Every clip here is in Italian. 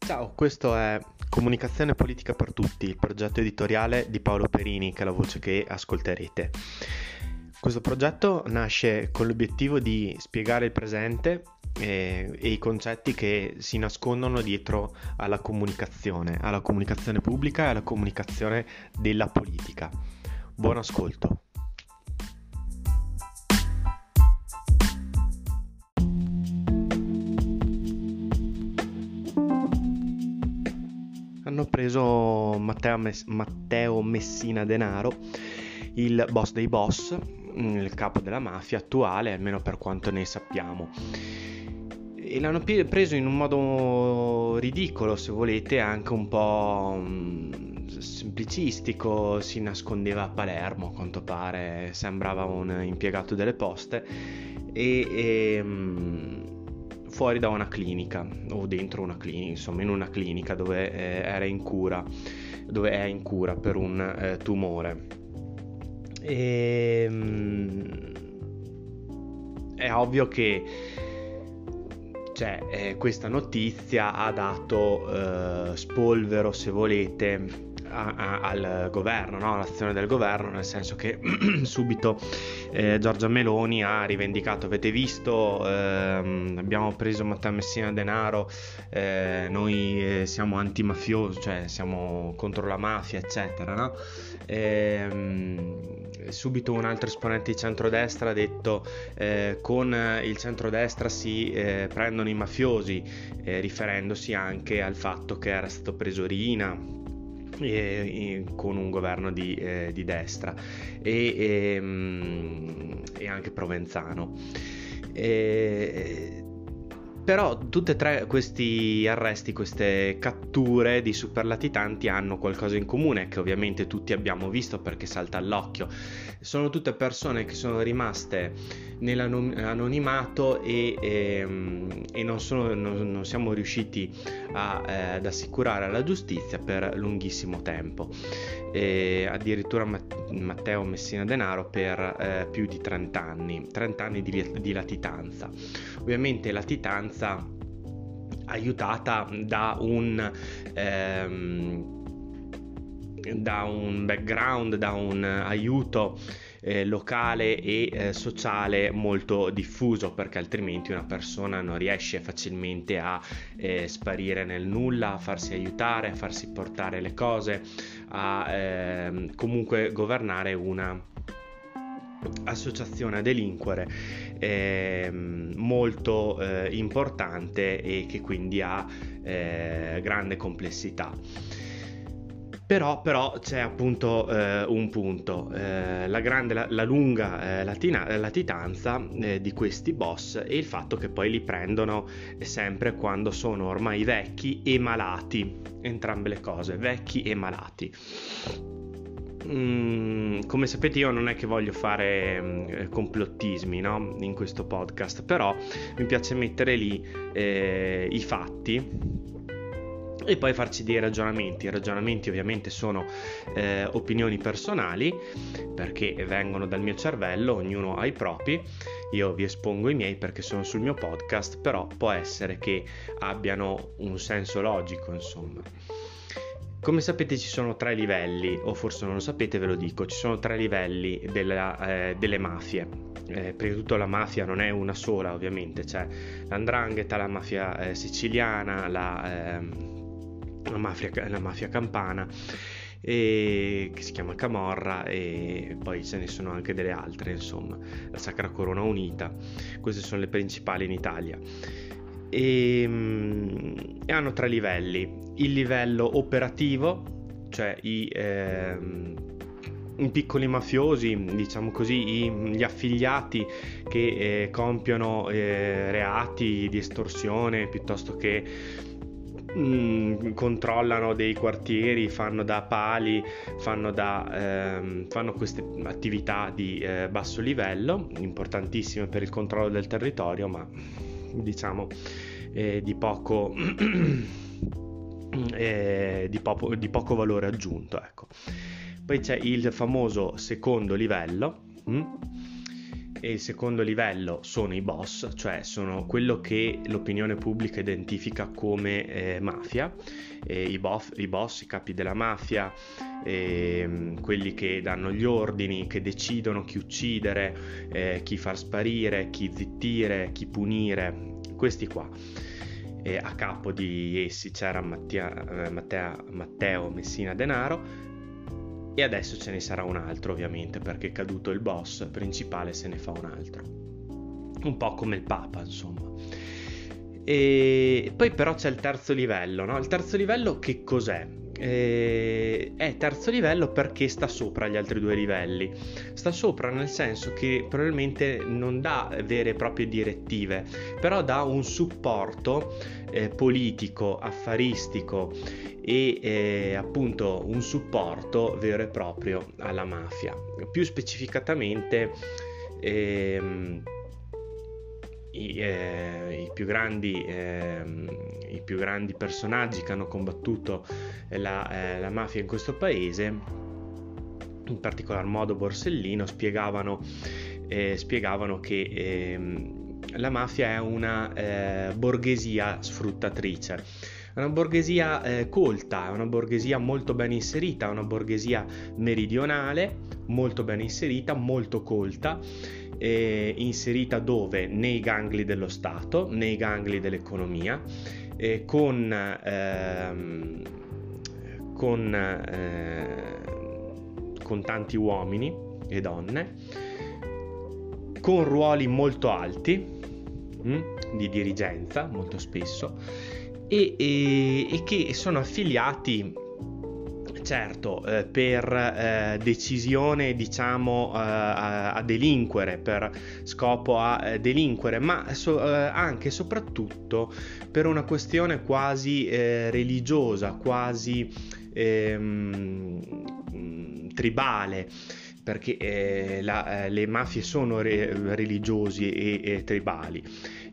Ciao, questo è Comunicazione Politica per Tutti, il progetto editoriale di Paolo Perini, che è la voce che ascolterete. Questo progetto nasce con l'obiettivo di spiegare il presente e i concetti che si nascondono dietro alla comunicazione pubblica e alla comunicazione della politica. Buon ascolto. Hanno preso Matteo Messina Denaro, il boss dei boss, il capo della mafia attuale, almeno per quanto ne sappiamo. E l'hanno preso in un modo ridicolo, se volete, anche un po' semplicistico. Si nascondeva a Palermo, a quanto pare, sembrava un impiegato delle poste e fuori da una clinica o dentro una clinica, insomma in una clinica dove è in cura per un tumore. È ovvio che questa notizia ha dato spolvero, se volete, al governo, no? All'azione del governo, nel senso che subito Giorgia Meloni ha rivendicato: avete visto, abbiamo preso Matteo Messina Denaro, noi siamo antimafiosi, cioè siamo contro la mafia, eccetera, no? Subito un altro esponente di centrodestra ha detto con il centrodestra si prendono i mafiosi, riferendosi anche al fatto che era stato preso Riina con un governo di destra e anche Provenzano. Però tutte e tre questi arresti, queste catture di superlatitanti hanno qualcosa in comune, che ovviamente tutti abbiamo visto perché salta all'occhio. Sono tutte persone che sono rimaste nell'anonimato e non siamo riusciti ad assicurare alla giustizia per lunghissimo tempo. Addirittura Matteo Messina Denaro per più di 30 anni di latitanza. Ovviamente latitanza aiutata da un background, da un aiuto locale e sociale molto diffuso, perché altrimenti una persona non riesce facilmente a sparire nel nulla, a farsi aiutare, a farsi portare le cose, a comunque governare una associazione a delinquere molto importante e che quindi ha grande complessità. Però c'è appunto un punto, la lunga latitanza di questi boss e il fatto che poi li prendono sempre quando sono ormai vecchi e malati, entrambe le cose, vecchi e malati. Come sapete, io non è che voglio fare complottismi, no? In questo podcast, però mi piace mettere lì i fatti e poi farci dei ragionamenti. I ragionamenti ovviamente sono opinioni personali, perché vengono dal mio cervello, ognuno ha i propri. Io vi espongo i miei perché sono sul mio podcast, però può essere che abbiano un senso logico, insomma. Come sapete ci sono 3 livelli, o forse non lo sapete, ve lo dico, ci sono 3 livelli delle mafie. Prima di tutto la mafia non è una sola, ovviamente, c'è l''ndrangheta, la mafia siciliana, la mafia campana, che si chiama Camorra, e poi ce ne sono anche delle altre, insomma, la Sacra Corona Unita. Queste sono le principali in Italia. E hanno 3 livelli: il livello operativo, cioè i piccoli mafiosi, diciamo così, gli affiliati che compiono reati di estorsione, piuttosto che controllano dei quartieri, fanno da pali, fanno queste attività di basso livello, importantissime per il controllo del territorio, ma diciamo di poco valore aggiunto, ecco. Poi c'è il famoso secondo livello, e il secondo livello sono i boss, cioè sono quello che l'opinione pubblica identifica come mafia, i boss, i capi della mafia, quelli che danno gli ordini, che decidono chi uccidere, chi far sparire, chi zittire, chi punire, questi qua. A capo di essi c'era Matteo Messina Denaro, e adesso ce ne sarà un altro, ovviamente, perché è caduto il boss principale, se ne fa un altro, un po' come il Papa, insomma. E poi però c'è il terzo livello, no? Il terzo livello che cos'è? È terzo livello perché sta sopra gli altri due livelli. Sta sopra nel senso che probabilmente non dà vere e proprie direttive, però dà un supporto politico, affaristico e appunto un supporto vero e proprio alla mafia. Più specificatamente i più grandi personaggi che hanno combattuto la mafia in questo paese, in particolar modo Borsellino, spiegavano che la mafia è una borghesia sfruttatrice, è una borghesia colta, è una borghesia molto ben inserita, è una borghesia meridionale molto ben inserita, molto colta, inserita dove? Nei gangli dello Stato, nei gangli dell'economia, con tanti uomini e donne, con ruoli molto alti di dirigenza molto spesso, e che sono affiliati, certo, per decisione, diciamo, a delinquere, per scopo a delinquere, ma anche e soprattutto per una questione quasi religiosa, quasi tribale, perché le mafie sono religiosi e tribali,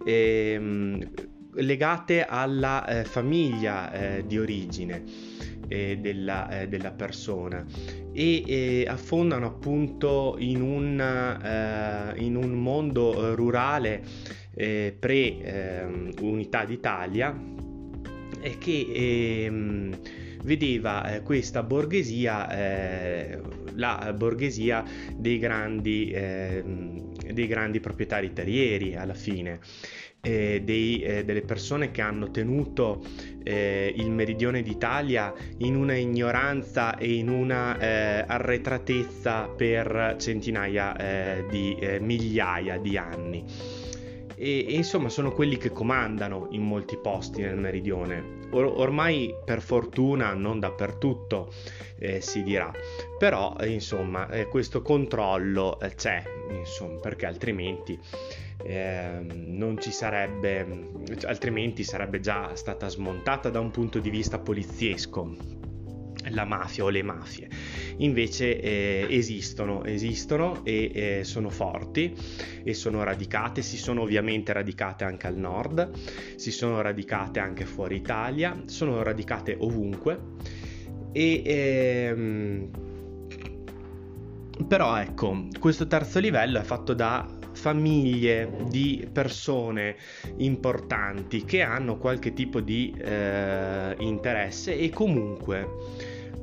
legate alla famiglia di origine della persona, e affondano appunto in un mondo rurale pre-unità d'Italia, e che vedeva questa borghesia, la borghesia dei grandi proprietari terrieri, alla fine, delle persone che hanno tenuto il meridione d'Italia in una ignoranza e in una arretratezza per centinaia di migliaia di anni. E insomma sono quelli che comandano in molti posti nel meridione. Ormai, per fortuna, non dappertutto, si dirà, però insomma questo controllo c'è, insomma, perché altrimenti non ci sarebbe, altrimenti sarebbe già stata smontata da un punto di vista poliziesco la mafia o le mafie. Invece esistono e sono forti e sono radicate, si sono ovviamente radicate anche al nord, si sono radicate anche fuori Italia, sono radicate ovunque, però ecco, questo terzo livello è fatto da famiglie di persone importanti che hanno qualche tipo di interesse e comunque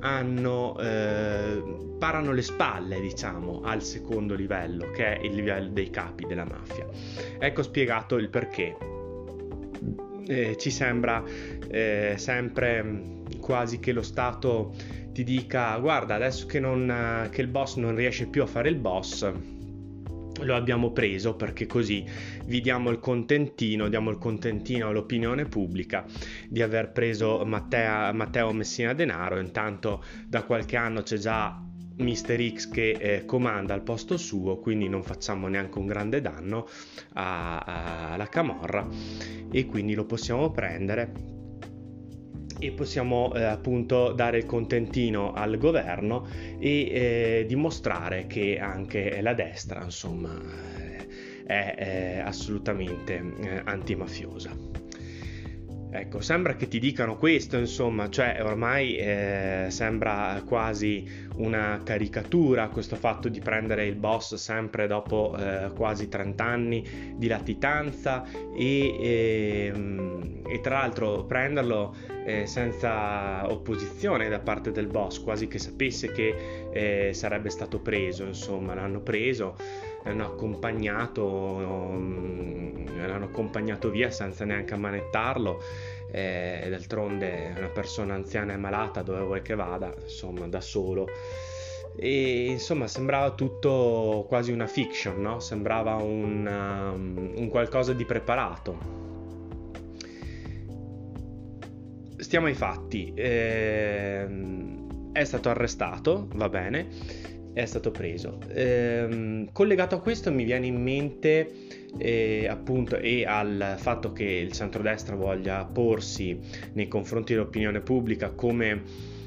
parano le spalle, diciamo, al secondo livello, che è il livello dei capi della mafia. Ecco spiegato il perché. Ci sembra sempre quasi che lo Stato ti dica: guarda, adesso che il boss non riesce più a fare il boss, lo abbiamo preso, perché così vi diamo il contentino all'opinione pubblica di aver preso Matteo Messina Denaro. Intanto da qualche anno c'è già Mr. X che comanda al posto suo, quindi non facciamo neanche un grande danno alla camorra, e quindi lo possiamo prendere e possiamo appunto dare il contentino al governo e dimostrare che anche la destra, insomma, è assolutamente antimafiosa. Ecco, sembra che ti dicano questo, insomma, cioè ormai sembra quasi una caricatura questo fatto di prendere il boss sempre dopo quasi 30 anni di latitanza e tra l'altro prenderlo senza opposizione da parte del boss, quasi che sapesse che sarebbe stato preso, insomma, l'hanno preso, l'hanno accompagnato via senza neanche ammanettarlo. D'altronde una persona anziana e malata dove vuoi che vada, insomma, da solo. E insomma sembrava tutto quasi una fiction, no? Sembrava un qualcosa di preparato. Stiamo ai fatti. È stato arrestato, va bene, è stato preso. Collegato a questo mi viene in mente appunto, e al fatto che il centrodestra voglia porsi nei confronti dell'opinione pubblica come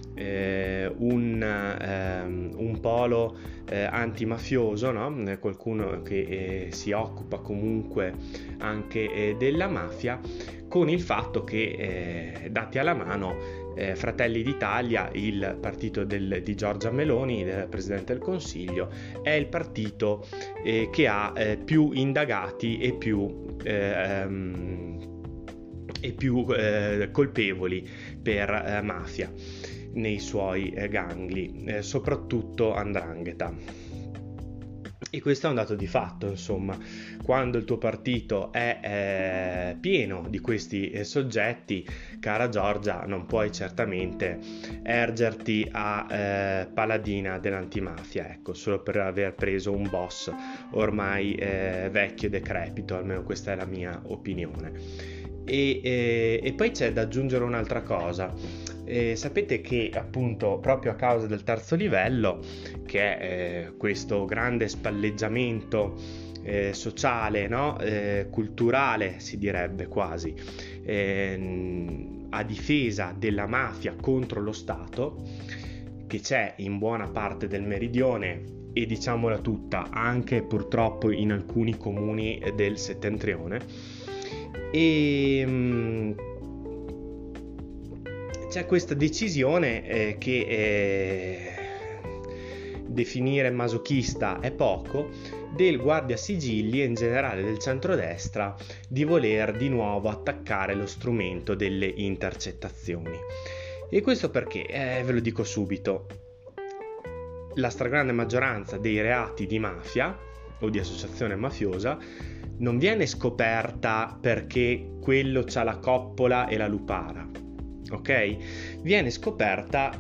un polo antimafioso, no? Qualcuno che si occupa comunque anche della mafia, con il fatto che dati alla mano Fratelli d'Italia, il partito di Giorgia Meloni, del Presidente del Consiglio, è il partito che ha più indagati e più colpevoli per mafia nei suoi gangli, soprattutto 'ndrangheta. E questo è un dato di fatto, insomma, quando il tuo partito è pieno di questi soggetti, cara Giorgia, non puoi certamente ergerti a paladina dell'antimafia, ecco, solo per aver preso un boss ormai vecchio e decrepito, almeno questa è la mia opinione. E poi c'è da aggiungere un'altra cosa. Sapete che appunto proprio a causa del terzo livello, che è questo grande spalleggiamento sociale, no? Culturale si direbbe quasi, a difesa della mafia contro lo Stato, che c'è in buona parte del meridione e, diciamola tutta, anche purtroppo in alcuni comuni del settentrione, e c'è questa decisione che definire masochista è poco, del guardasigilli e in generale del centrodestra di voler di nuovo attaccare lo strumento delle intercettazioni. E questo perché? Ve lo dico subito. La stragrande maggioranza dei reati di mafia o di associazione mafiosa non viene scoperta perché quello c'ha la coppola e la lupara, ok? Viene scoperta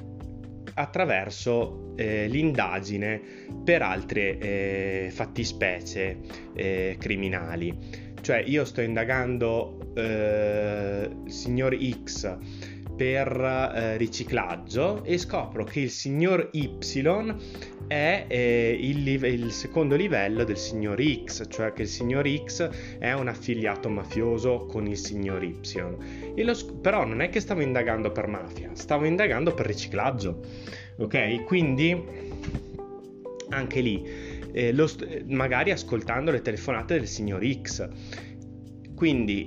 attraverso l'indagine per altre fattispecie criminali. Cioè io sto indagando il signor X per riciclaggio e scopro che il signor Y è il secondo livello del signor X, cioè che il signor X è un affiliato mafioso con il signor Y. Però non è che stavo indagando per mafia, stavo indagando per riciclaggio, ok? Quindi anche lì magari ascoltando le telefonate del signor X. Quindi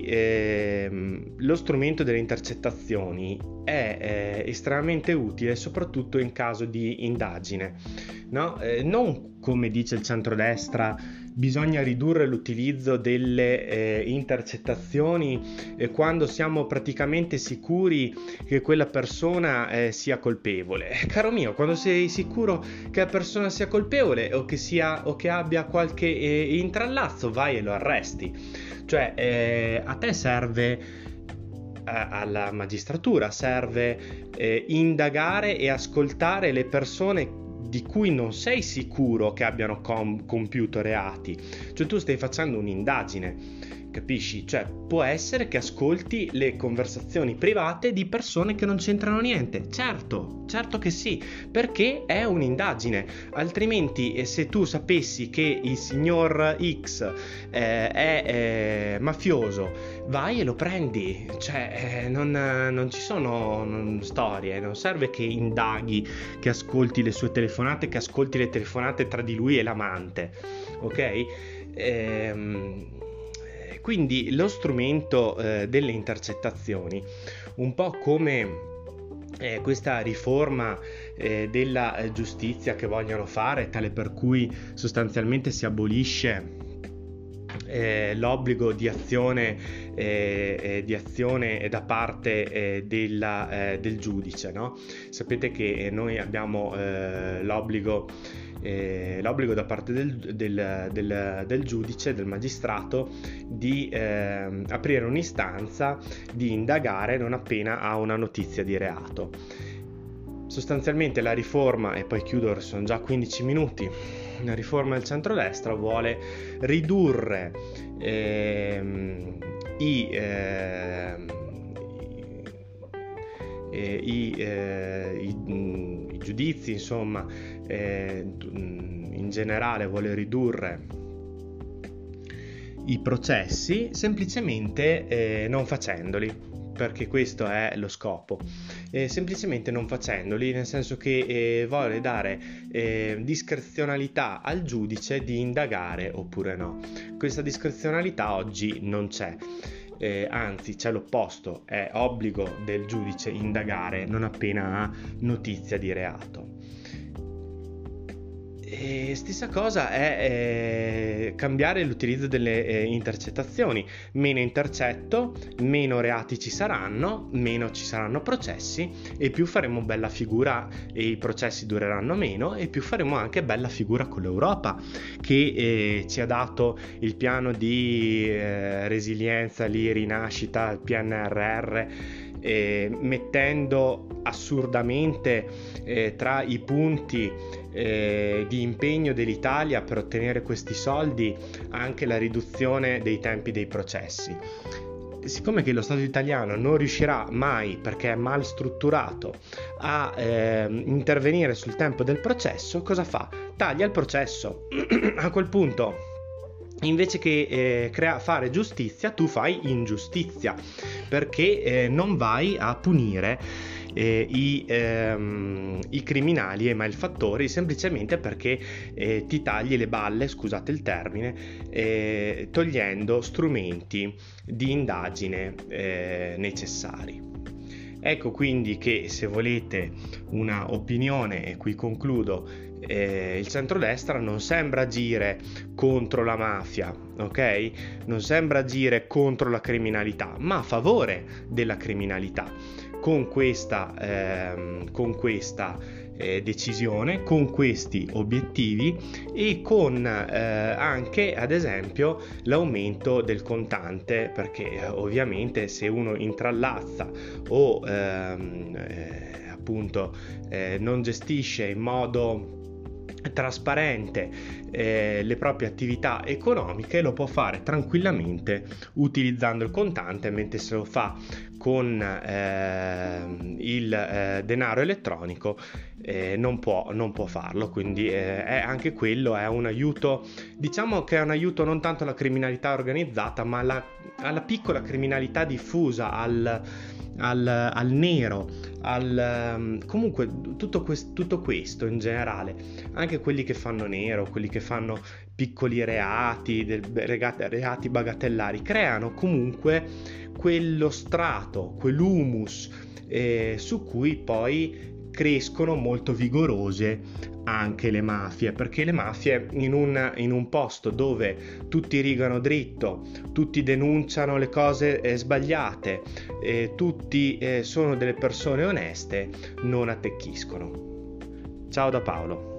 lo strumento delle intercettazioni è estremamente utile soprattutto in caso di indagine, no? Non come dice il centrodestra, bisogna ridurre l'utilizzo delle intercettazioni quando siamo praticamente sicuri che quella persona sia colpevole. Caro mio, quando sei sicuro che la persona sia colpevole o che abbia qualche intrallazzo, vai e lo arresti. Cioè a te serve, alla magistratura serve indagare e ascoltare le persone di cui non sei sicuro che abbiano compiuto reati. Cioè tu stai facendo un'indagine, capisci? Cioè può essere che ascolti le conversazioni private di persone che non c'entrano niente. Certo che sì, perché è un'indagine. Altrimenti se tu sapessi che il signor X è mafioso, vai e lo prendi. Cioè non ci sono storie, non serve che indaghi, che ascolti le sue telefonate, che ascolti le telefonate tra di lui e l'amante, ok? Quindi lo strumento delle intercettazioni, un po' come questa riforma della giustizia che vogliono fare, tale per cui sostanzialmente si abolisce l'obbligo di azione da parte del giudice, no? Sapete che noi abbiamo l'obbligo da parte del giudice, del magistrato, di aprire un'istanza, di indagare non appena ha una notizia di reato. Sostanzialmente la riforma, e poi chiudo, sono già 15 minuti, la riforma del centrodestra vuole ridurre i giudizi, insomma, in generale vuole ridurre i processi semplicemente non facendoli, perché questo è lo scopo, semplicemente non facendoli, nel senso che vuole dare discrezionalità al giudice di indagare oppure no. Questa discrezionalità oggi non c'è. Anzi, c'è l'opposto, è obbligo del giudice indagare non appena ha notizia di reato. E stessa cosa è cambiare l'utilizzo delle intercettazioni. Meno intercetto, meno reati ci saranno, meno ci saranno processi e più faremo bella figura, e i processi dureranno meno e più faremo anche bella figura con l'Europa, che ci ha dato il piano di resilienza, rinascita, il PNRR, mettendo assurdamente tra i punti di impegno dell'Italia per ottenere questi soldi anche la riduzione dei tempi dei processi. Siccome che lo Stato italiano non riuscirà mai, perché è mal strutturato, a intervenire sul tempo del processo, cosa fa? Taglia il processo. A quel punto, invece che fare giustizia, tu fai ingiustizia, perché non vai a punire i criminali e i malfattori, semplicemente perché ti tagli le balle, scusate il termine, togliendo strumenti di indagine necessari. Ecco quindi che, se volete una opinione, e qui concludo, il centrodestra non sembra agire contro la mafia, ok? Non sembra agire contro la criminalità, ma a favore della criminalità. Con questa decisione, con questi obiettivi e con anche, ad esempio, l'aumento del contante, perché ovviamente se uno intrallazza o appunto non gestisce in modo trasparente le proprie attività economiche, lo può fare tranquillamente utilizzando il contante, mentre se lo fa con il denaro elettronico non può farlo. Quindi è anche quello è un aiuto, diciamo che è un aiuto non tanto alla criminalità organizzata, ma alla piccola criminalità diffusa, al nero, comunque tutto questo in generale, anche quelli che fanno nero, quelli che fanno piccoli reati bagatellari, creano comunque quello strato, quell'humus su cui poi crescono molto vigorose anche le mafie, perché le mafie in un posto dove tutti rigano dritto, tutti denunciano le cose sbagliate, tutti sono delle persone oneste, non attecchiscono. Ciao da Paolo.